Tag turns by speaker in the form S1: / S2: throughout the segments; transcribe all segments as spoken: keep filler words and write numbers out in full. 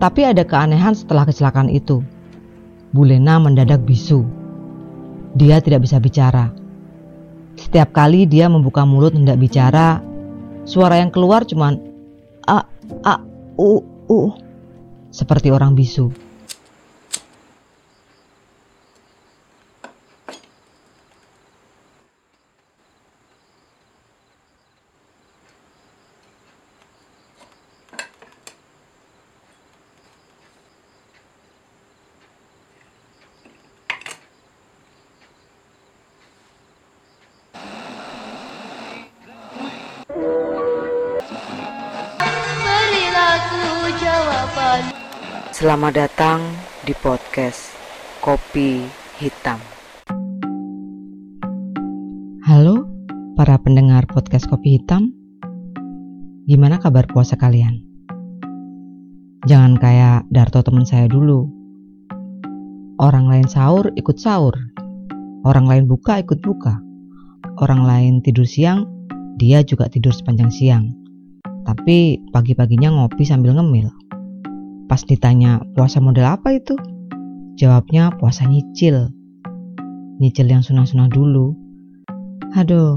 S1: Tapi ada keanehan setelah kecelakaan itu. Bu Lena mendadak bisu. Dia tidak bisa bicara. Setiap kali dia membuka mulut hendak bicara, suara yang keluar cuman a a u u seperti orang bisu. Selamat datang di podcast Kopi Hitam. Halo para pendengar podcast Kopi Hitam. Gimana kabar puasa kalian? Jangan kayak Darto teman saya dulu. Orang lain sahur ikut sahur, orang lain buka ikut buka, orang lain tidur siang, dia juga tidur sepanjang siang. Tapi pagi-paginya ngopi sambil ngemil. Pas ditanya puasa model apa itu? Jawabnya puasa nyicil. Nyicil yang sunah-sunah dulu. Aduh.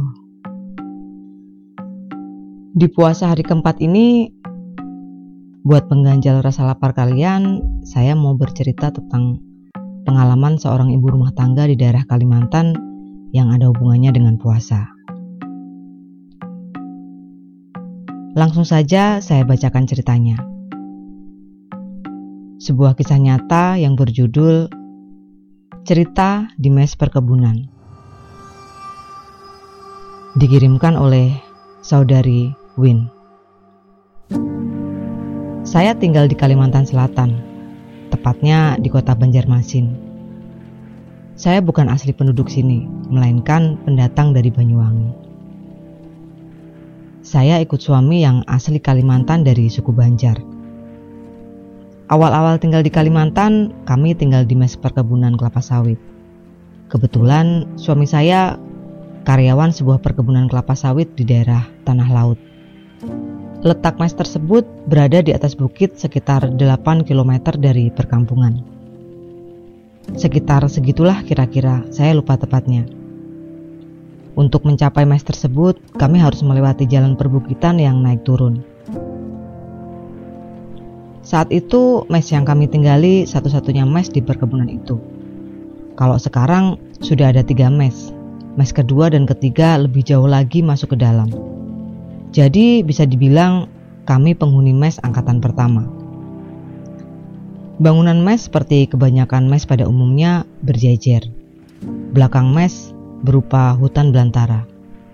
S1: Di puasa hari keempat ini, buat pengganjal rasa lapar kalian, saya mau bercerita tentang pengalaman seorang ibu rumah tangga di daerah Kalimantan yang ada hubungannya dengan puasa. Langsung saja saya bacakan ceritanya. Sebuah kisah nyata yang berjudul Cerita di Mes Perkebunan. Dikirimkan oleh saudari Win. Saya tinggal di Kalimantan Selatan, tepatnya di kota Banjarmasin. Saya bukan asli penduduk sini, melainkan pendatang dari Banyuwangi. Saya ikut suami yang asli Kalimantan dari suku Banjar. Awal-awal tinggal di Kalimantan, kami tinggal di mes perkebunan kelapa sawit. Kebetulan suami saya karyawan sebuah perkebunan kelapa sawit di daerah Tanah Laut. Letak mes tersebut berada di atas bukit sekitar delapan kilometer dari perkampungan. Sekitar segitulah kira-kira, saya lupa tepatnya. Untuk mencapai mes tersebut, kami harus melewati jalan perbukitan yang naik turun. Saat itu mes yang kami tinggali satu-satunya mes di perkebunan itu. Kalau sekarang sudah ada tiga mes. Mes kedua dan ketiga lebih jauh lagi masuk ke dalam. Jadi bisa dibilang kami penghuni mes angkatan pertama. Bangunan mes seperti kebanyakan mes pada umumnya berjejer. Belakang mes berupa hutan belantara.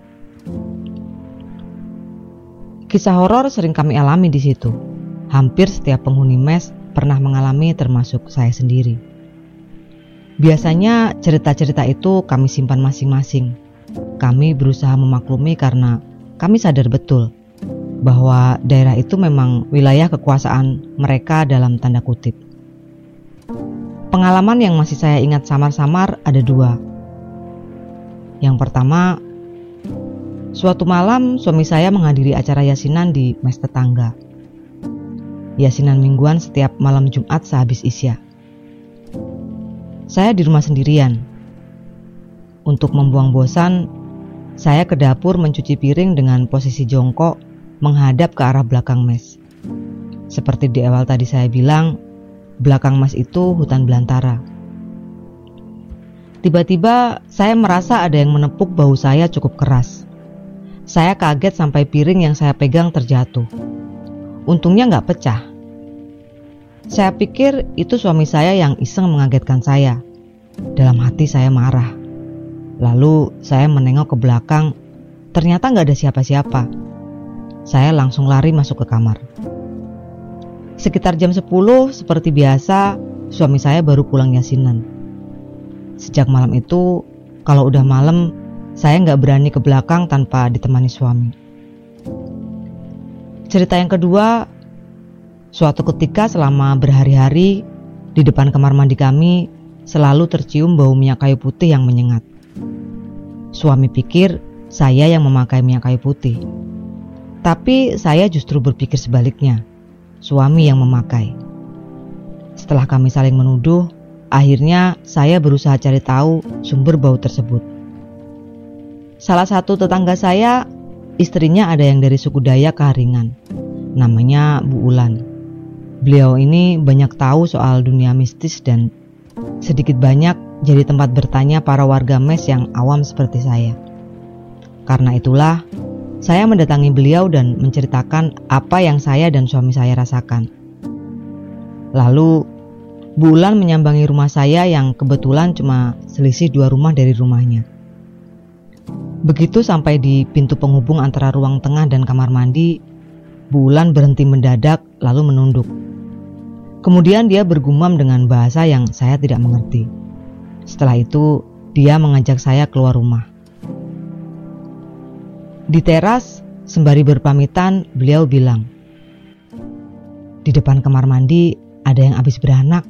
S1: Kisah horor sering kami alami di situ. Hampir setiap penghuni mes pernah mengalami, termasuk saya sendiri. Biasanya cerita-cerita itu kami simpan masing-masing. Kami berusaha memaklumi karena kami sadar betul bahwa daerah itu memang wilayah kekuasaan mereka dalam tanda kutip. Pengalaman yang masih saya ingat samar-samar ada dua. Yang pertama, suatu malam suami saya menghadiri acara yasinan di mes tetangga. Yasinan mingguan setiap malam Jumat sehabis Isya. Saya di rumah sendirian. Untuk membuang bosan, saya ke dapur mencuci piring dengan posisi jongkok menghadap ke arah belakang mes. Seperti di awal tadi saya bilang, belakang mes itu hutan belantara. Tiba-tiba saya merasa ada yang menepuk bahu saya cukup keras. Saya kaget sampai piring yang saya pegang terjatuh. Untungnya gak pecah. Saya pikir itu suami saya yang iseng mengagetkan saya. Dalam hati saya marah. Lalu saya menengok ke belakang. Ternyata gak ada siapa-siapa. Saya langsung lari masuk ke kamar. Sekitar jam sepuluh seperti biasa, suami saya baru pulang yasinan. Sejak malam itu, kalau udah malam, saya gak berani ke belakang tanpa ditemani suami. Cerita yang kedua, suatu ketika selama berhari-hari di depan kamar mandi kami selalu tercium bau minyak kayu putih yang menyengat. Suami pikir saya yang memakai minyak kayu putih. Tapi saya justru berpikir sebaliknya. Suami yang memakai. Setelah kami saling menuduh, akhirnya saya berusaha cari tahu sumber bau tersebut. Salah satu tetangga saya, istrinya ada yang dari suku Dayak Kaharingan, namanya Bu Ulan. Beliau ini banyak tahu soal dunia mistis dan sedikit banyak jadi tempat bertanya para warga mes yang awam seperti saya. Karena itulah, saya mendatangi beliau dan menceritakan apa yang saya dan suami saya rasakan. Lalu, Bu Ulan menyambangi rumah saya yang kebetulan cuma selisih dua rumah dari rumahnya. Begitu sampai di pintu penghubung antara ruang tengah dan kamar mandi, Bu Ulan berhenti mendadak lalu menunduk. Kemudian dia bergumam dengan bahasa yang saya tidak mengerti. Setelah itu, dia mengajak saya keluar rumah. Di teras, sembari berpamitan, beliau bilang, "Di depan kamar mandi ada yang habis beranak."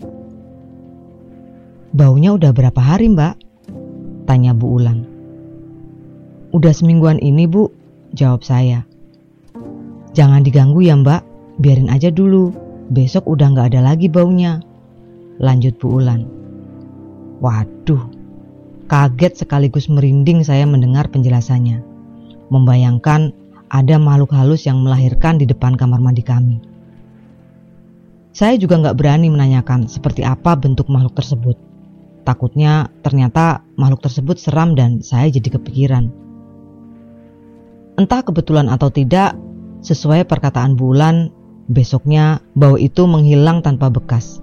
S1: "Baunya udah berapa hari, Mbak?" tanya Bu Ulan. "Udah semingguan ini, Bu," jawab saya. "Jangan diganggu ya, Mbak, biarin aja dulu. Besok udah gak ada lagi baunya," lanjut Bu Ulan. Waduh, kaget sekaligus merinding saya mendengar penjelasannya. Membayangkan ada makhluk halus yang melahirkan di depan kamar mandi kami. Saya juga gak berani menanyakan seperti apa bentuk makhluk tersebut. Takutnya ternyata makhluk tersebut seram dan saya jadi kepikiran. Entah kebetulan atau tidak, sesuai perkataan Bu Ulan, besoknya bau itu menghilang tanpa bekas.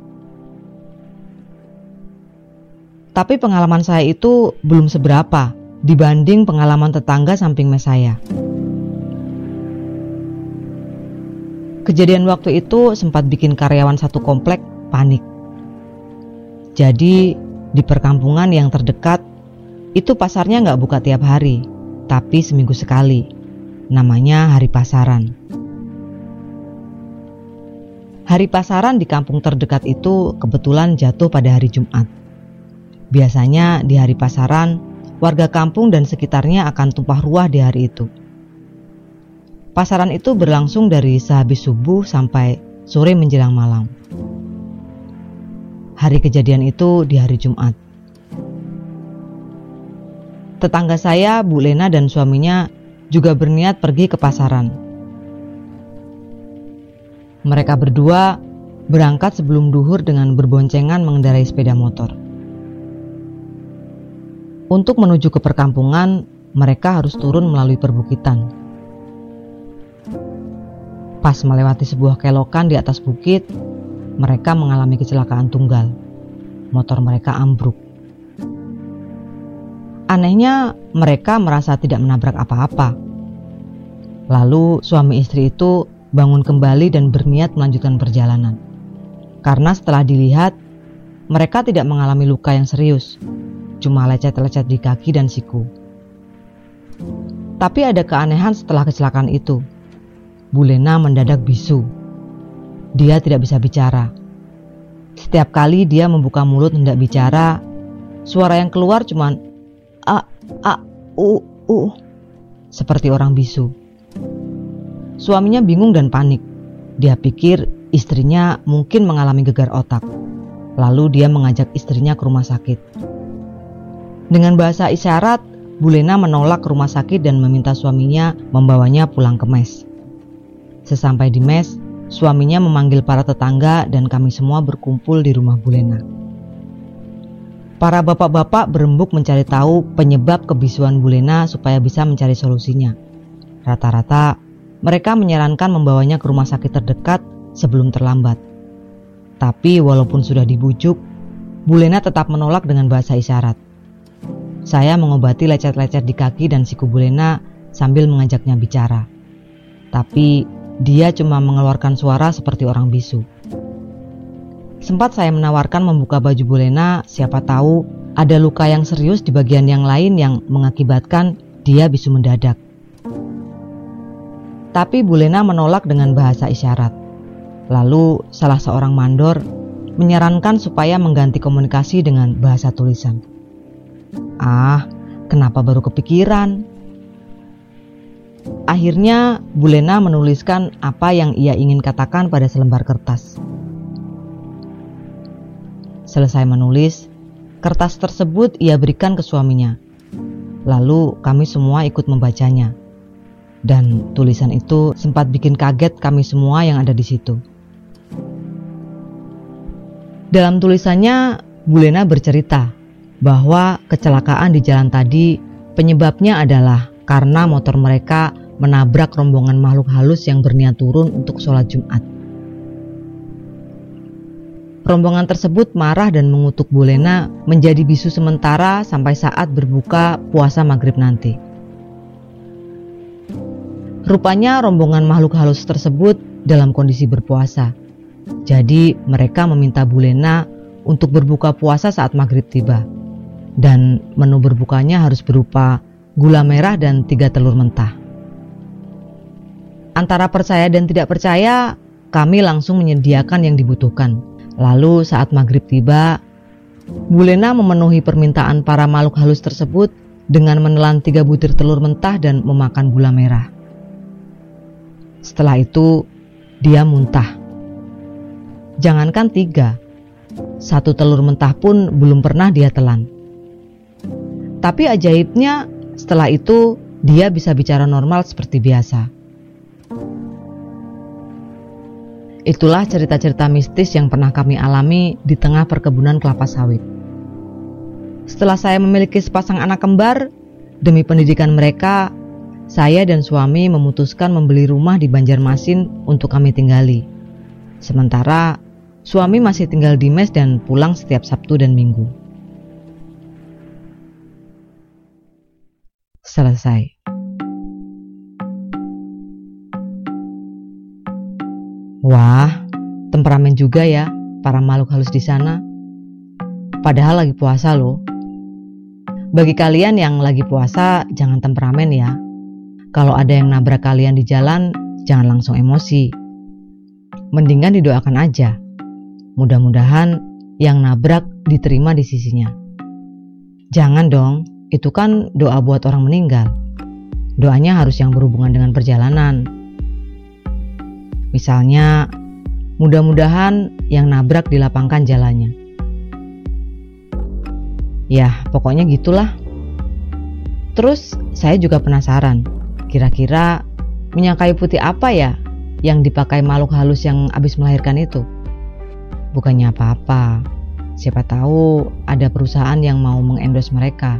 S1: Tapi pengalaman saya itu belum seberapa dibanding pengalaman tetangga samping mes saya. Kejadian waktu itu sempat bikin karyawan satu komplek panik. Jadi di perkampungan yang terdekat itu pasarnya nggak buka tiap hari, tapi seminggu sekali. Namanya hari pasaran. Hari pasaran di kampung terdekat itu kebetulan jatuh pada hari Jumat. Biasanya di hari pasaran, warga kampung dan sekitarnya akan tumpah ruah di hari itu. Pasaran itu berlangsung dari sehabis subuh sampai sore menjelang malam. Hari kejadian itu di hari Jumat. Tetangga saya, Bu Lena dan suaminya juga berniat pergi ke pasaran. Mereka berdua berangkat sebelum duhur dengan berboncengan mengendarai sepeda motor. Untuk menuju ke perkampungan, mereka harus turun melalui perbukitan. Pas melewati sebuah kelokan di atas bukit, mereka mengalami kecelakaan tunggal. Motor mereka ambruk. Anehnya, mereka merasa tidak menabrak apa-apa. Lalu suami istri itu bangun kembali dan berniat melanjutkan perjalanan. Karena setelah dilihat, mereka tidak mengalami luka yang serius, cuma lecet-lecet di kaki dan siku. Tapi ada keanehan setelah kecelakaan itu. Bu Lena mendadak bisu. Dia tidak bisa bicara. Setiap kali dia membuka mulut hendak bicara, suara yang keluar cuma a a u u seperti orang bisu. Suaminya bingung dan panik. Dia pikir istrinya mungkin mengalami gegar otak. Lalu dia mengajak istrinya ke rumah sakit. Dengan bahasa isyarat, Bu Lena menolak ke rumah sakit dan meminta suaminya membawanya pulang ke mes. Sesampai di mes, suaminya memanggil para tetangga dan kami semua berkumpul di rumah Bu Lena. Para bapak-bapak berembuk mencari tahu penyebab kebisuan Bu Lena supaya bisa mencari solusinya. Rata-rata mereka menyarankan membawanya ke rumah sakit terdekat sebelum terlambat. Tapi walaupun sudah dibujuk, Bu Lena tetap menolak dengan bahasa isyarat. Saya mengobati lecet-lecet di kaki dan siku Bu Lena sambil mengajaknya bicara. Tapi dia cuma mengeluarkan suara seperti orang bisu. Sempat saya menawarkan membuka baju Bu Lena, siapa tahu ada luka yang serius di bagian yang lain yang mengakibatkan dia bisu mendadak. Tapi Bu Lena menolak dengan bahasa isyarat. Lalu salah seorang mandor menyarankan supaya mengganti komunikasi dengan bahasa tulisan. Ah, kenapa baru kepikiran? Akhirnya Bu Lena menuliskan apa yang ia ingin katakan pada selembar kertas. Selesai menulis, kertas tersebut ia berikan ke suaminya. Lalu kami semua ikut membacanya. Dan tulisan itu sempat bikin kaget kami semua yang ada di situ. Dalam tulisannya, Bu Lena bercerita bahwa kecelakaan di jalan tadi penyebabnya adalah karena motor mereka menabrak rombongan makhluk halus yang berniat turun untuk sholat Jumat. Rombongan tersebut marah dan mengutuk Bu Lena menjadi bisu sementara sampai saat berbuka puasa maghrib nanti. Rupanya rombongan makhluk halus tersebut dalam kondisi berpuasa. Jadi mereka meminta Bu Lena untuk berbuka puasa saat maghrib tiba. Dan menu berbukanya harus berupa gula merah dan tiga telur mentah. Antara percaya dan tidak percaya, kami langsung menyediakan yang dibutuhkan. Lalu saat maghrib tiba, Bu Lena memenuhi permintaan para makhluk halus tersebut dengan menelan tiga butir telur mentah dan memakan gula merah. Setelah itu, dia muntah. Jangankan tiga, satu telur mentah pun belum pernah dia telan. Tapi ajaibnya, setelah itu dia bisa bicara normal seperti biasa. Itulah cerita-cerita mistis yang pernah kami alami di tengah perkebunan kelapa sawit. Setelah saya memiliki sepasang anak kembar, demi pendidikan mereka, saya dan suami memutuskan membeli rumah di Banjarmasin untuk kami tinggali. Sementara suami masih tinggal di mes dan pulang setiap Sabtu dan Minggu. Selesai. Wah, temperamen juga ya para makhluk halus di sana. Padahal lagi puasa loh. Bagi kalian yang lagi puasa, jangan temperamen ya. Kalau ada yang nabrak kalian di jalan, jangan langsung emosi. Mendingan didoakan aja. Mudah-mudahan yang nabrak diterima di sisinya. Jangan dong, itu kan doa buat orang meninggal. Doanya harus yang berhubungan dengan perjalanan. Misalnya, mudah-mudahan yang nabrak dilapangkan jalannya. Ya, pokoknya gitulah. Terus saya juga penasaran, kira-kira minyak kayu putih apa ya yang dipakai makhluk halus yang habis melahirkan itu? Bukannya apa-apa, siapa tahu ada perusahaan yang mau mengendorse mereka.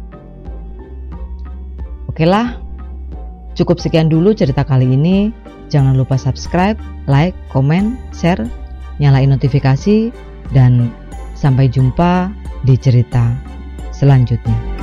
S1: Oke lah, cukup sekian dulu cerita kali ini. Jangan lupa subscribe, like, komen, share, nyalain notifikasi, dan sampai jumpa di cerita selanjutnya.